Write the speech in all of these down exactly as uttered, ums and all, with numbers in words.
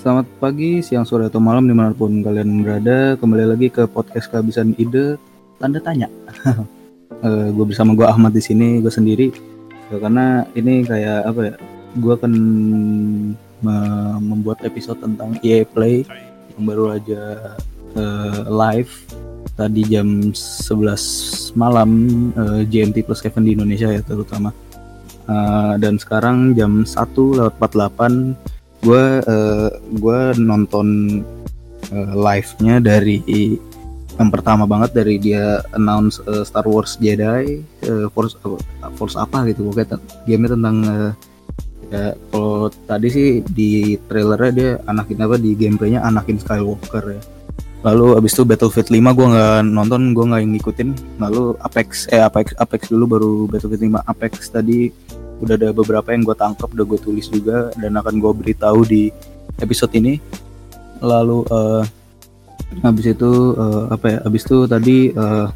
Selamat pagi, siang, sore, atau malam dimanapun kalian berada. Kembali lagi ke podcast Kehabisan Ide Tanda Tanya. uh, gue bersama gue Ahmad di sini, gue sendiri. Uh, karena ini kayak apa ya? Gue akan me- membuat episode tentang E A Play yang baru aja uh, live tadi jam sebelas malam uh, G M T plus Kevin di Indonesia ya terutama. Uh, dan sekarang jam satu lewat empat puluh delapan gue uh, gue nonton uh, live-nya dari yang pertama banget dari dia announce uh, Star Wars Jedi uh, Force uh, Force apa gitu, pokoknya t- game-nya tentang uh, ya kalau tadi sih di trailernya dia anakin apa, di gameplaynya anakin Skywalker ya. Lalu abis itu Battlefield lima gue nggak nonton, gue nggak ngikutin. Lalu Apex eh Apex Apex dulu baru Battlefield lima. Apex tadi udah ada beberapa yang gue tangkap, udah gue tulis juga dan akan gue beritahu di episode ini. Lalu uh, abis itu uh, apa ya? Abis itu tadi uh,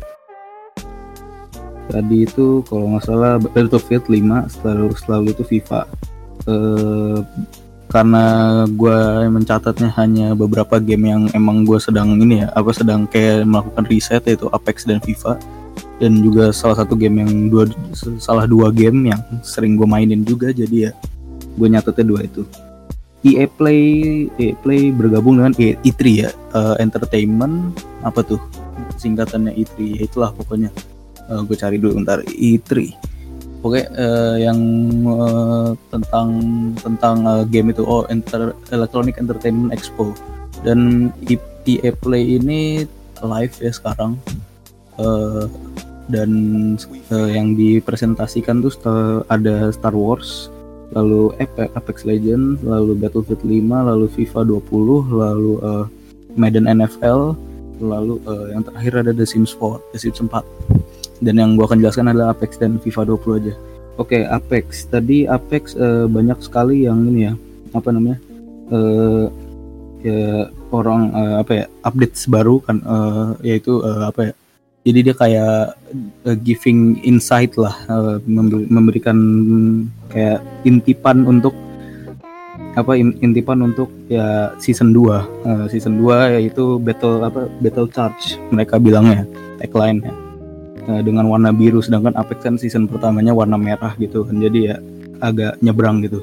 tadi itu kalau nggak salah Battlefield lima, selalu selalu itu FIFA. Uh, karena gue mencatatnya hanya beberapa game yang emang gue sedang ini ya apa sedang kayak melakukan riset, yaitu Apex dan FIFA, dan juga salah satu game yang dua salah dua game yang sering gue mainin juga, jadi ya gue nyatetnya dua itu. E A Play E A Play bergabung dengan E tiga ya, uh, Entertainment apa tuh singkatannya E tiga, itulah pokoknya. Uh, gue cari dulu bentar E tiga. Oke, uh, yang uh, tentang tentang uh, game itu, oh Enter, Electronic Entertainment Expo, dan E A Play ini live ya sekarang, uh, dan uh, yang dipresentasikan tuh st- ada Star Wars, lalu Apex Legends, lalu Battlefield lima, lalu FIFA dua puluh, lalu uh, Madden N F L, lalu uh, yang terakhir ada The Sims empat, The Sims empat. Dan yang gue akan jelaskan adalah Apex dan FIFA dua puluh aja. Oke, Apex. Tadi Apex uh, banyak sekali yang ini ya, apa namanya, uh, ya orang uh, apa ya, update baru kan, uh, yaitu uh, apa ya, jadi dia kayak uh, giving insight lah, uh, memberikan kayak intipan untuk apa intipan untuk ya season dua, uh, season dua yaitu battle apa battle charge mereka bilangnya, tagline-nya. Dengan warna biru, sedangkan Apex kan season pertamanya warna merah gitu kan, jadi ya agak nyebrang gitu.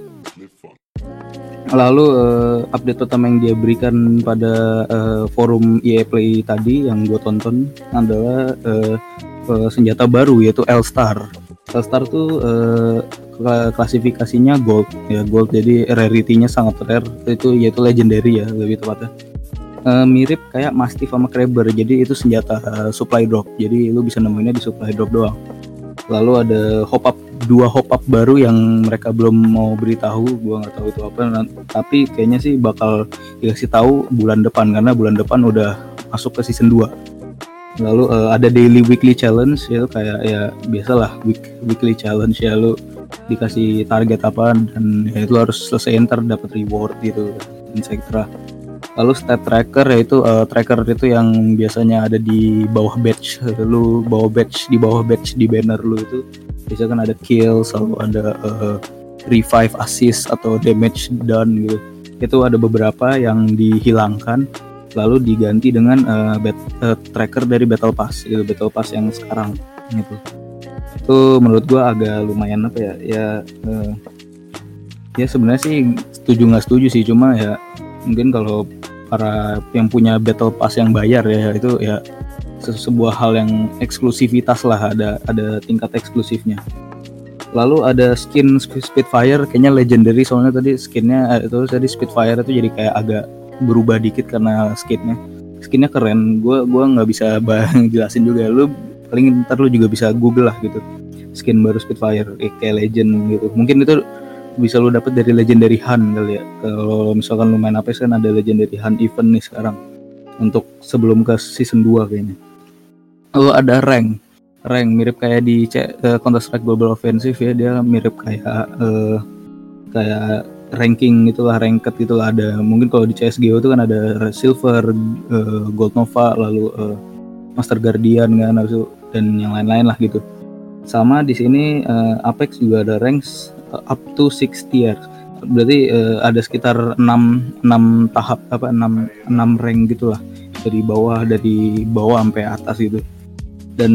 Lalu uh, update pertama yang dia berikan pada uh, forum E A Play tadi yang gue tonton adalah uh, uh, senjata baru, yaitu L-Star. L-Star tuh uh, klasifikasinya gold ya, gold, jadi rarity-nya sangat rare, itu yaitu legendary ya lebih tepatnya. Uh, mirip kayak Mastiff sama Kraber, jadi itu senjata uh, supply drop, jadi lu bisa nemuinnya di supply drop doang. Lalu ada hop up, dua hop up baru yang mereka belum mau beritahu, gua nggak tahu itu apa, nah, tapi kayaknya sih bakal dikasih tahu bulan depan, karena bulan depan udah masuk ke season dua. Lalu uh, ada daily weekly challenge, ya kayak ya biasalah week, weekly challenge ya, lu dikasih target apa dan ya itu harus selesai, ntar dapat reward gitu, et cetera. Lalu stat tracker, yaitu uh, tracker itu yang biasanya ada di bawah badge, lu bawa badge, di bawah badge di banner lu itu biasanya kan ada kill, selalu ada uh, revive, assist atau damage done gitu. Itu ada beberapa yang dihilangkan lalu diganti dengan uh, bat, uh, tracker dari Battle Pass gitu, Battle Pass yang sekarang gitu. Itu menurut gua agak lumayan apa ya ya uh, ya sebenarnya sih setuju nggak setuju sih, cuma ya mungkin kalau para yang punya Battle Pass yang bayar ya, itu ya sebuah hal yang eksklusivitas lah, ada ada tingkat eksklusifnya. Lalu ada skin Spitfire, kayaknya legendary soalnya tadi skinnya itu tadi Spitfire itu jadi kayak agak berubah dikit karena skinnya skinnya keren. Gua gua nggak bisa jelasin juga, lu paling ntar lu juga bisa Google lah gitu, skin baru Spitfire kayak legend gitu. Mungkin itu bisa lu dapat dari Legendary Hunt kali ya. Kalau misalkan lu main Apex kan ada Legendary Hunt event nih sekarang untuk sebelum ke season dua kayaknya. Lalu ada rank. Rank mirip kayak di C- uh, Counter-Strike Global Offensive ya, dia mirip kayak uh, kayak ranking itulah, ranked itulah ada. Mungkin kalau di C S G O itu kan ada Silver, uh, Gold Nova, lalu uh, Master Guardian kan, dan yang lain-lain lah gitu. Sama di sini uh, Apex juga ada ranks uh, up to six tier. Berarti uh, ada sekitar enam enam tahap apa enam enam rank gitulah, dari bawah dari bawah sampai atas gitu. Dan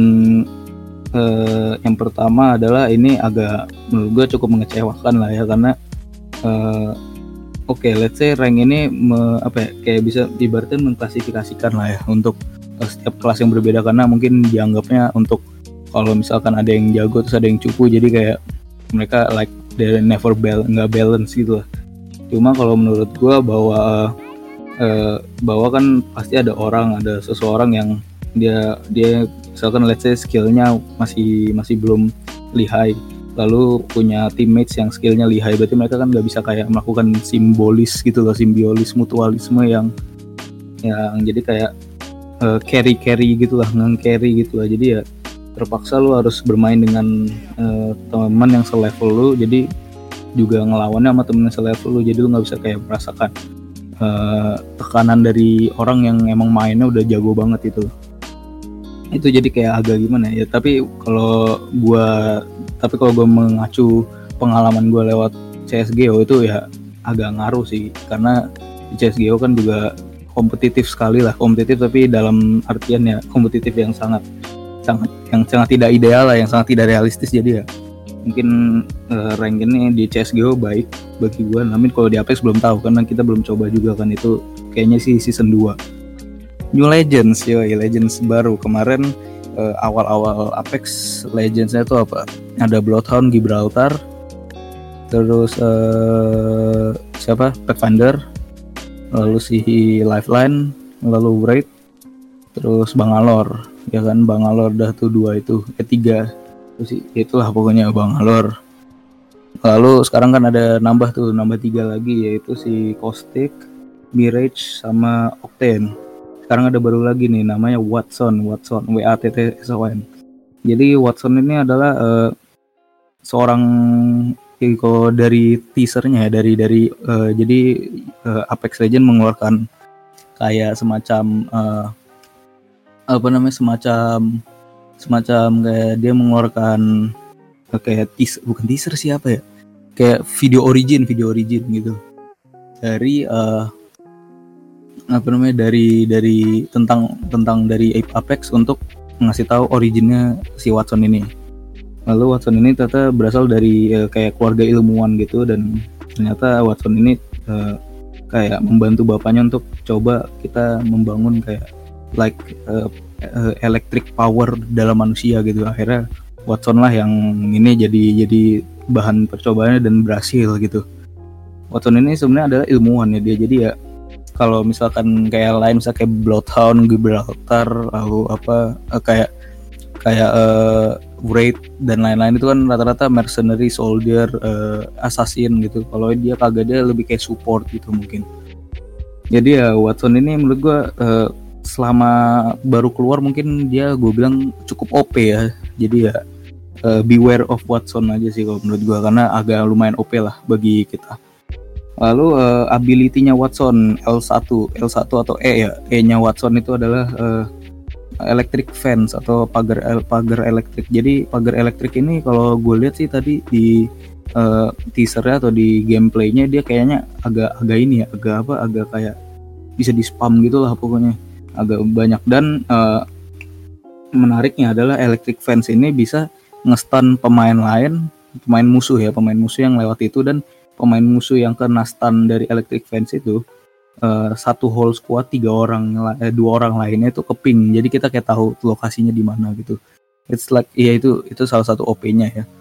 uh, yang pertama adalah ini agak menurut gue cukup mengecewakan lah ya, karena uh, oke okay, let's say rank ini me, apa ya, kayak bisa ibaratnya mengklasifikasikan lah ya untuk uh, setiap kelas yang berbeda, karena mungkin dianggapnya untuk kalau misalkan ada yang jago terus ada yang cupu, jadi kayak mereka like they never bal- nggak balance gitu lah. Cuma kalau menurut gue bahwa uh, bahwa kan pasti ada orang, ada seseorang yang dia dia misalkan let's say skillnya masih masih belum lihai, lalu punya teammates yang skillnya lihai, berarti mereka kan nggak bisa kayak melakukan simbolis gitu loh, simbiolis mutualisme yang yang jadi kayak uh, carry carry gitulah, nge-carry gitu lah. Jadi ya terpaksa lu harus bermain dengan uh, teman yang selevel lu, jadi juga ngelawannya sama temen yang selevel lu, jadi lu nggak bisa kayak merasakan uh, tekanan dari orang yang emang mainnya udah jago banget itu. Itu jadi kayak agak gimana ya, tapi kalau gua tapi kalau gua mengacu pengalaman gua lewat C S G O itu ya agak ngaruh sih, karena di C S G O kan juga kompetitif sekali lah, kompetitif tapi dalam artian ya kompetitif yang sangat sangat yang sangat tidak ideal lah, yang sangat tidak realistis. Jadi ya mungkin uh, rank ini di C S G O baik bagi gua, namun kalau di Apex belum tahu karena kita belum coba juga kan, itu kayaknya sih season dua. New Legends, yoi Legends baru kemarin uh, awal-awal Apex Legends-nya itu apa? Ada Bloodhound, Gibraltar, terus uh, siapa? Pathfinder, lalu si Lifeline, lalu Wraith, terus Bangalore, ya kan Bangalore dah tuh dua itu, ketiga, terus itulah pokoknya Bangalore. Lalu sekarang kan ada nambah tuh, nambah tiga lagi, yaitu si Caustic, Mirage, sama Octane. Sekarang ada baru lagi nih namanya Watson, Watson, W A T T S O N. Jadi Watson ini adalah uh, seorang kalau dari teasernya ya, dari dari uh, jadi uh, Apex Legends mengeluarkan kayak semacam uh, apa namanya semacam semacam kayak dia mengeluarkan uh, kayak teaser, bukan teaser siapa ya, kayak video origin video origin gitu dari uh, apa namanya dari dari tentang tentang dari Apex untuk ngasih tahu originnya si Watson ini. Lalu Watson ini ternyata berasal dari uh, kayak keluarga ilmuwan gitu, dan ternyata Watson ini uh, kayak membantu bapaknya untuk coba kita membangun kayak like uh, uh, electric power dalam manusia gitu. Akhirnya Watson lah yang ini jadi jadi bahan percobaannya dan berhasil gitu. Watson ini sebenarnya adalah ilmuwan ya dia, jadi ya kalau misalkan kayak lain misalnya kayak Bloodhound, Gibraltar, lalu apa uh, kayak kayak uh, Wraith dan lain-lain itu kan rata-rata mercenary, soldier, uh, assassin gitu. Kalau dia kagak, dia lebih kayak support gitu mungkin. Jadi ya Watson ini menurut gue uh, selama baru keluar mungkin dia gue bilang cukup O P ya. Jadi ya uh, beware of Watson aja sih kalau menurut gue, karena agak lumayan O P lah bagi kita. Lalu uh, ability-nya Watson L satu, L satu atau E ya, E-nya Watson itu adalah uh, electric fence atau pagar pagar elektrik. Jadi pagar elektrik ini kalau gue lihat sih tadi di uh, teasernya atau di gameplaynya dia kayaknya agak agak ini ya, agak apa, agak kayak bisa di spam gitu lah pokoknya, agak banyak. Dan uh, menariknya adalah electric fence ini bisa nge-stun pemain lain, pemain musuh ya, pemain musuh yang lewat itu, dan pemain musuh yang kena stun dari electric fence itu uh, satu whole squad tiga orang eh, dua orang lainnya itu keping, jadi kita kayak tahu lokasinya di mana gitu. It's like iya itu itu salah satu O P-nya ya.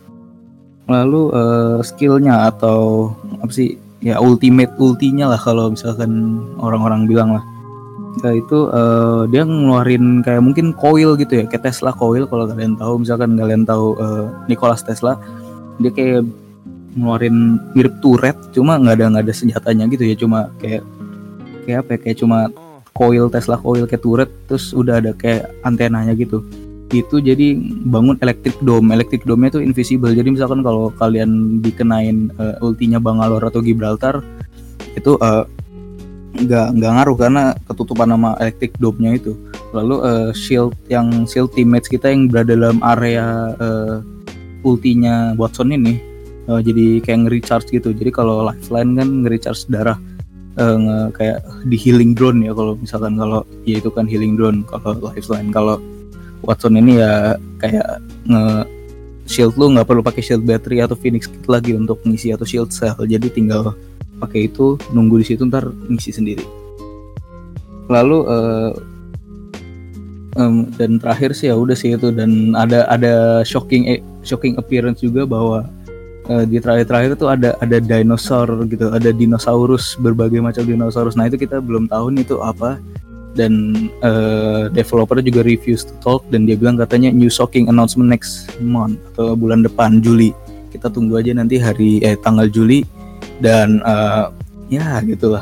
Lalu uh, skillnya atau apa sih ya, ultimate ultinya lah kalau misalkan orang-orang bilang lah. Nah, itu uh, dia ngeluarin kayak mungkin coil gitu ya, kayak Tesla coil kalau kalian tahu, misalkan kalian tahu uh, Nikola Tesla, dia kayak ngeluarin mirip turret, cuma nggak ada nggak ada senjatanya gitu ya, cuma kayak kayak apa ya, kayak cuma coil Tesla coil kayak turret, terus udah ada kayak antenanya gitu. Itu jadi bangun electric dome. Electric dome-nya tuh invisible, jadi misalkan kalau kalian dikenain uh, ultinya Bangalore atau Gibraltar itu uh, nggak nggak ngaruh karena ketutupan sama electric dome-nya itu. Lalu uh, shield yang shield teammates kita yang berada dalam area uh, ultinya Watson ini uh, jadi kayak nge-recharge gitu. Jadi kalau Lifeline kan nge-recharge darah, uh, nge- kayak di healing drone ya kalau misalkan, kalau ya itu kan healing drone kalau Lifeline. Kalau Watson ini ya kayak nge shield lu nggak perlu pakai shield battery atau Phoenix Kit lagi untuk ngisi atau shield cell, jadi tinggal pakai itu, nunggu di situ ntar ngisi sendiri. Lalu uh, um, dan terakhir sih ya udah sih itu, dan ada ada shocking eh, shocking appearance juga bahwa uh, di terakhir-terakhir tuh ada ada dinosaur gitu, ada dinosaurus, berbagai macam dinosaurus. Nah itu kita belum tahu nih itu apa, dan uh, developer juga refuse to talk, dan dia bilang katanya new shocking announcement next month atau bulan depan Juli. Kita tunggu aja nanti hari eh tanggal Juli, dan uh, ya gitulah,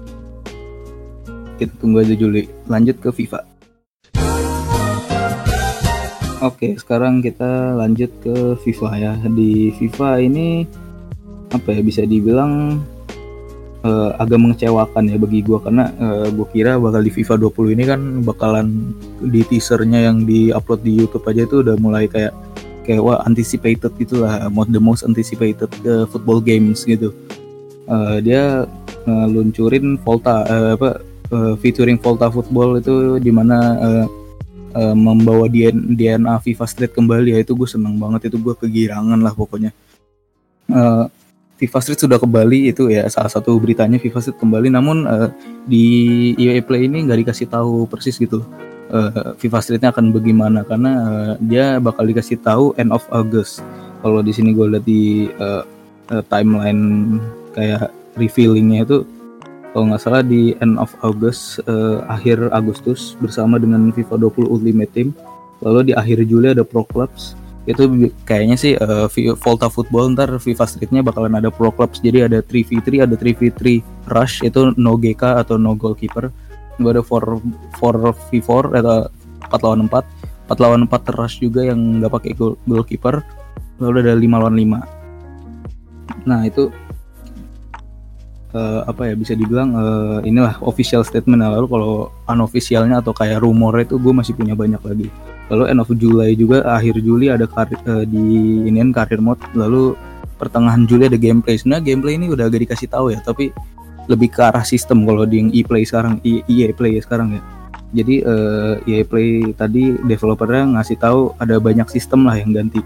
kita tunggu aja Juli. Lanjut ke FIFA. Oke, sekarang kita lanjut ke FIFA ya. Di FIFA ini apa ya, bisa dibilang Uh, agak mengecewakan ya bagi gue, karena uh, gue kira bakal di FIFA dua puluh ini kan bakalan di teasernya yang di-upload di YouTube aja itu udah mulai kayak kayak wah anticipated gitulah, the most anticipated uh, football games gitu. Uh, dia uh, luncurin Volta uh, apa uh, featuring Volta Football itu, dimana uh, uh, membawa D N A FIFA Street kembali ya. Itu gue seneng banget, itu gue kegirangan lah pokoknya. Uh, FIFA Street sudah kembali, itu ya salah satu beritanya, FIFA Street kembali. Namun uh, di E A Play ini nggak dikasih tahu persis gitu uh, FIFA Streetnya akan bagaimana, karena uh, dia bakal dikasih tahu end of August. Kalau di sini gue lihat di uh, uh, timeline kayak revealingnya itu, kalau nggak salah di end of August, uh, akhir Agustus bersama dengan FIFA dua puluh Ultimate Team. Lalu di akhir Juli ada Pro Clubs. Itu kayaknya sih uh, Volta Football ntar FIFA Streetnya bakalan ada Pro Clubs, jadi ada three v three, ada three v three Rush, itu no G K atau no goalkeeper. Ada four v four atau four lawan four, four lawan four Rush juga yang nggak pakai goal, goalkeeper. Lalu ada five lawan five. Nah itu uh, apa ya, bisa dibilang uh, inilah official statement. Lalu kalau unofficialnya atau kayak rumor itu gue masih punya banyak lagi. Lalu end of July juga, akhir Juli ada karir, uh, di inian career mode. Lalu pertengahan Juli ada gameplay. Sebenarnya gameplay ini udah agak dikasih tahu ya, tapi lebih ke arah sistem kalau di E-Play sekarang, E A Play ya sekarang ya. Jadi uh, E A Play tadi developernya ngasih tahu ada banyak sistem lah yang ganti.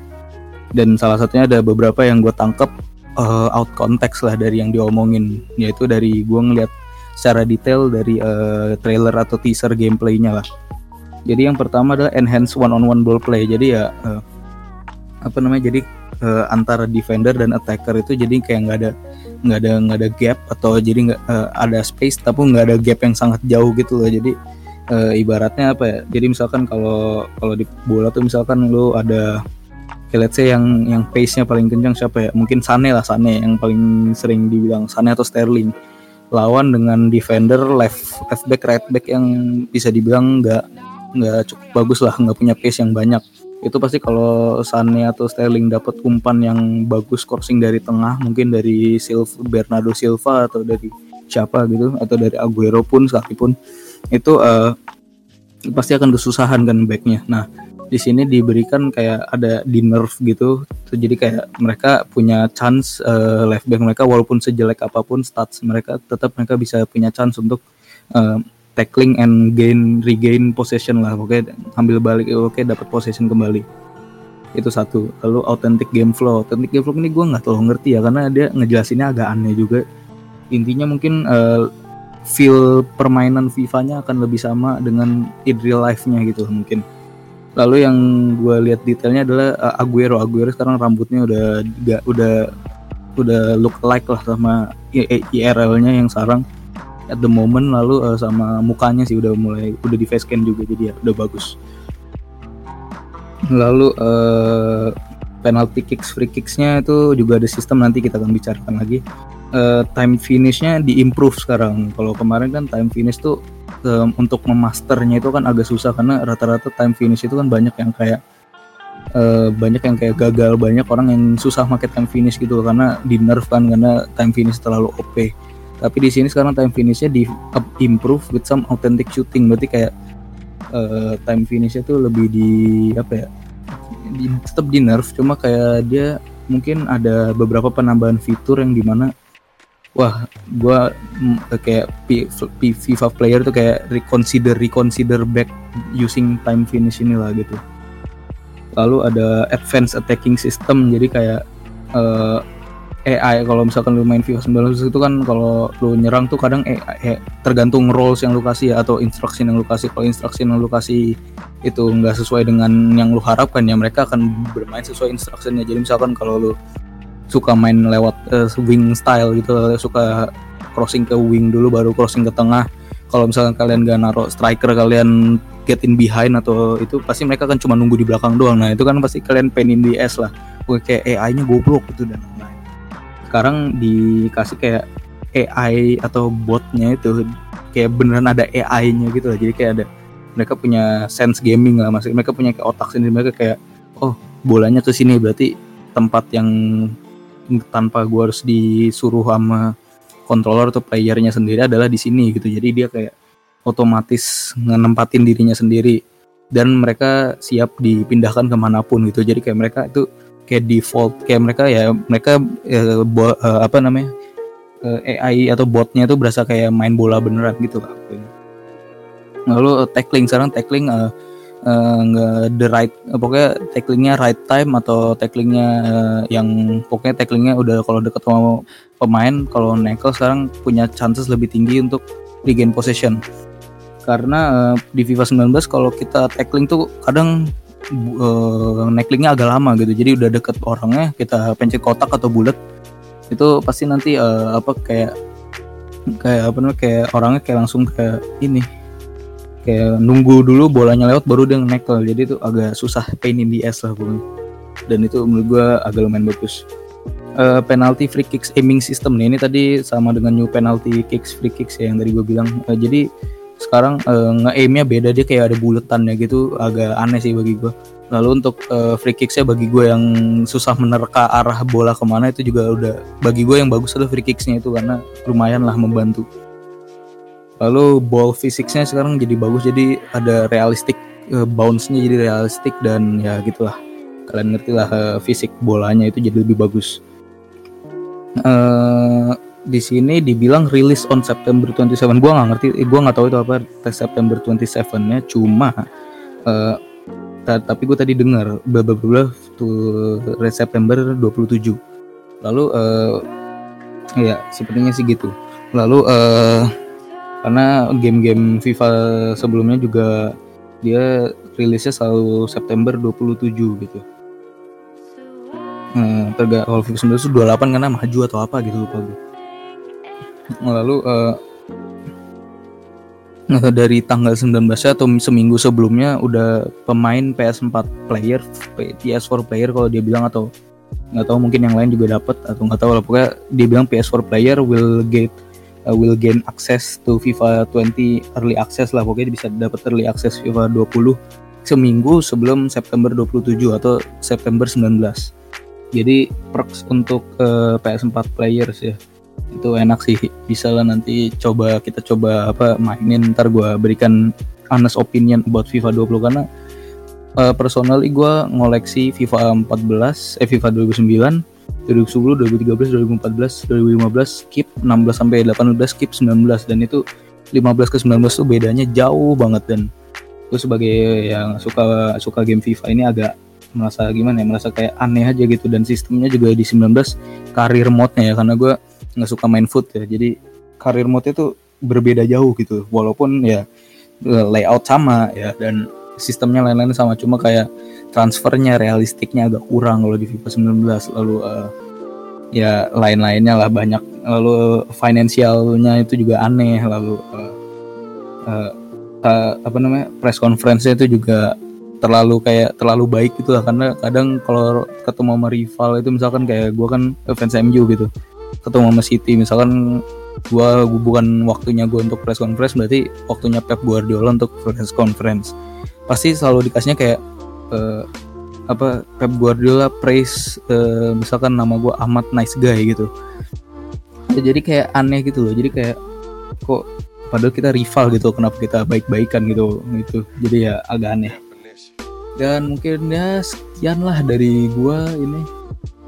Dan salah satunya ada beberapa yang gue tangkep uh, out context lah dari yang diomongin, yaitu dari gue ngeliat secara detail dari uh, trailer atau teaser gameplaynya lah. Jadi yang pertama adalah enhance one-on-one ball play. Jadi ya uh, apa namanya? Jadi uh, antara defender dan attacker itu jadi kayak nggak ada nggak ada nggak ada gap, atau jadi nggak uh, ada space tapi nggak ada gap yang sangat jauh gitu loh. Jadi uh, ibaratnya apa ya? Jadi misalkan kalau kalau di bola tuh misalkan lu ada kayak let's say yang yang pace-nya paling kencang siapa ya? Mungkin Sané lah, Sané yang paling sering dibilang, Sané atau Sterling. Lawan dengan defender left left back right back yang bisa dibilang nggak nggak cukup bagus lah, nggak punya pace yang banyak. Itu pasti kalau Sané atau Sterling dapat umpan yang bagus crossing dari tengah, mungkin dari Silva, Bernardo Silva atau dari siapa gitu, atau dari Aguero pun sekalipun, itu uh, pasti akan kesusahan kan backnya. Nah di sini diberikan kayak ada di nerf gitu, jadi kayak mereka punya chance, uh, left back mereka walaupun sejelek apapun stats mereka, tetap mereka bisa punya chance untuk uh, tackling and gain regain possession lah, oke, ambil balik, oke, dapat possession kembali. Itu satu. Lalu authentic game flow. Authentic game flow ini gue nggak terlalu ngerti ya, karena dia ngejelasinnya agak aneh juga. Intinya mungkin uh, feel permainan FIFA-nya akan lebih sama dengan in real life-nya gitu mungkin. Lalu yang gue lihat detailnya adalah uh, Aguero. Aguero sekarang rambutnya udah gak, udah udah look alike lah sama I R L-nya yang sekarang at the moment. Lalu uh, sama mukanya sih udah mulai udah di face scan juga, jadi ya udah bagus. Lalu uh, penalty kicks, free kicks-nya itu juga ada sistem, nanti kita akan bicarakan lagi. Uh, time finish-nya di-improve sekarang. Kalau kemarin kan time finish tuh um, untuk memasternya itu kan agak susah, karena rata-rata time finish itu kan banyak yang kayak uh, banyak yang kayak gagal, banyak orang yang susah pakai time finish gitu karena di nerf kan, karena time finish terlalu O P. Tapi di sini sekarang time finish-nya di improve with some authentic shooting. Berarti kayak uh, time finish-nya tuh lebih di apa ya? Di, tetap di nerf, cuma kayak dia mungkin ada beberapa penambahan fitur yang dimana wah gua mm, kayak P- P- FIFA player tuh kayak reconsider reconsider back using time finish inilah gitu. Lalu ada advanced attacking system, jadi kayak uh, A I kalau misalkan lu main FIFA sembilan belas itu kan kalau lu nyerang tuh kadang A I, tergantung roles yang lu kasih ya, atau instruction yang lu kasih. Kalau instruction yang lu kasih itu nggak sesuai dengan yang lu harapkan ya mereka akan bermain sesuai instructionnya. Jadi misalkan kalau lu suka main lewat uh, wing style gitu, suka crossing ke wing dulu baru crossing ke tengah. Kalau misalkan kalian gak naruh striker, kalian get in behind atau itu pasti mereka kan cuma nunggu di belakang doang. Nah itu kan pasti kalian pain in the ass lah. Oke, kayak A I-nya goblok gitu dan lain-lain. Sekarang dikasih kayak A I atau botnya itu kayak beneran ada A I-nya gitu lah. Jadi kayak ada, mereka punya sense gaming lah, maksudnya mereka punya kayak otak sendiri. Mereka kayak oh bolanya ke sini berarti tempat yang tanpa gua harus disuruh sama controller atau playernya sendiri adalah di sini gitu. Jadi dia kayak otomatis ngenempatin dirinya sendiri dan mereka siap dipindahkan kemanapun gitu. Jadi kayak mereka itu kayak default kayak mereka ya mereka eh, bo, eh, apa namanya eh, A I atau botnya itu berasa kayak main bola beneran gitu lah. Lalu uh, tackling sekarang tackling uh, uh, the right uh, pokoknya tacklingnya right time atau tacklingnya uh, yang pokoknya tacklingnya udah kalau deket sama pemain, kalau nekel sekarang punya chances lebih tinggi untuk regain possession. Karena uh, di FIFA sembilan belas kalau kita tackling tuh kadang uh, tacklingnya agak lama gitu. Jadi udah deket orangnya kita pencet kotak atau bulat itu pasti nanti uh, apa kayak kayak apa namanya kayak orangnya kayak langsung kayak ini kayak nunggu dulu bolanya lewat baru dia nekel. Jadi itu agak susah, pain in the ass lah pokoknya. Dan itu menurut gue agak lumayan bagus. Uh, penalty free kicks aiming system nih, ini tadi sama dengan new penalty kicks free kicks ya yang tadi gue bilang. Uh, jadi sekarang uh, nge-aimnya beda, dia kayak ada buletannya gitu, agak aneh sih bagi gue. Lalu untuk uh, free kicksnya bagi gue yang susah menerka arah bola kemana itu juga udah bagi gue yang bagus adalah free kicksnya itu karena lumayan lah membantu. Lalu ball physics-nya sekarang jadi bagus, jadi ada realistic uh, bounce-nya jadi realistic dan ya gitulah. Kalian ngerti lah uh, fisik bolanya itu jadi lebih bagus. Uh, di sini dibilang release on September twenty-seven. Gua nggak ngerti, gua nggak tahu itu apa September twenty-seven-nya. Cuma uh, t- tapi gue tadi dengar beberapa tuh September dua puluh tujuh. Lalu uh, ya sepertinya sih gitu. Lalu uh, karena game-game FIFA sebelumnya juga dia rilisnya selalu September dua puluh tujuh gitu. Hmm, terga kalau FIFA sembilan belas itu dua puluh delapan karena maju atau apa gitu lupa gue. Lalu uh, dari tanggal sembilan belas atau seminggu sebelumnya udah pemain P S four player, P S four player kalau dia bilang, atau nggak tahu mungkin yang lain juga dapat atau nggak tahu lah, pokoknya dia bilang P S four player will get uh, will gain access to FIFA twenty early access lah, pokoknya bisa dapat early access FIFA dua puluh seminggu sebelum September dua puluh tujuh atau September sembilan belas. Jadi perks untuk uh, P S four players ya itu enak sih, bisa lah nanti coba kita coba apa mainin, ntar gue berikan honest opinion about FIFA dua puluh karena uh, personally gue ngoleksi FIFA fourteen eh FIFA dua ribu sembilan, dua ribu sepuluh, dua ribu tiga belas, dua ribu empat belas, dua ribu lima belas skip, enam belas sampai delapan belas skip, sembilan belas, dan itu lima belas ke sembilan belas tuh bedanya jauh banget. Dan gue sebagai yang suka suka game FIFA ini agak merasa gimana ya, merasa kayak aneh aja gitu. Dan sistemnya juga di sembilan belas career mode-nya ya, karena gue nggak suka main foot ya, jadi career mode-nya tuh berbeda jauh gitu, walaupun ya layout sama ya dan sistemnya lain-lain sama, cuma kayak transfernya realistiknya agak kurang kalau di FIFA sembilan belas. Lalu uh, ya lain-lainnya lah banyak, lalu finansialnya itu juga aneh, lalu uh, uh, uh, apa namanya press conference-nya itu juga terlalu kayak terlalu baik gitu lah, karena kadang kalau ketemu sama rival itu misalkan kayak gue kan fans M U gitu, ketemu sama City misalkan, gue bukan waktunya gue untuk press conference, berarti waktunya Pep Guardiola untuk press conference. Pasti selalu dikasihnya kayak uh, apa Pep Guardiola praise uh, misalkan nama gue Ahmad nice guy gitu ya, jadi kayak aneh gitu loh, jadi kayak kok padahal kita rival gitu, kenapa kita baik-baikan gitu gitu, jadi ya agak aneh. Dan mungkin ya sekian lah dari gue ini.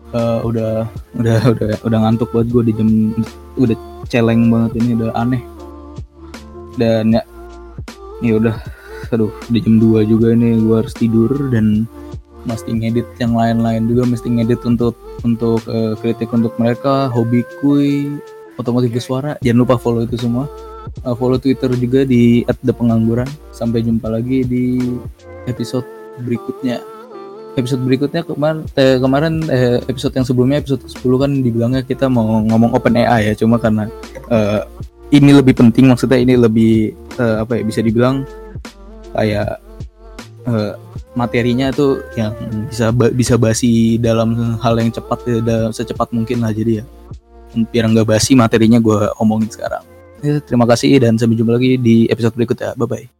uh, udah udah udah udah ngantuk banget gue di jam, udah celeng banget ini, udah aneh. Dan ya ya udah, aduh di jam dua juga ini gue harus tidur dan mesti ngedit yang lain-lain juga, mesti ngedit untuk untuk uh, kritik untuk mereka, hobi kuy, otomotif suara. Jangan lupa follow itu semua. Uh, follow Twitter juga di at the pengangguran. Sampai jumpa lagi di episode berikutnya. Episode berikutnya kemarin eh, kemarin eh, episode yang sebelumnya, episode sepuluh kan dibilangnya kita mau ngomong OpenAI ya, cuma karena uh, ini lebih penting, maksudnya ini lebih uh, apa ya, bisa dibilang kayak uh, materinya tuh yang bisa bisa basi dalam hal yang cepat ya, secepat mungkin lah. Jadi ya biar nggak basi materinya gue omongin sekarang. Ya, terima kasih dan sampai jumpa lagi di episode berikutnya. Bye bye.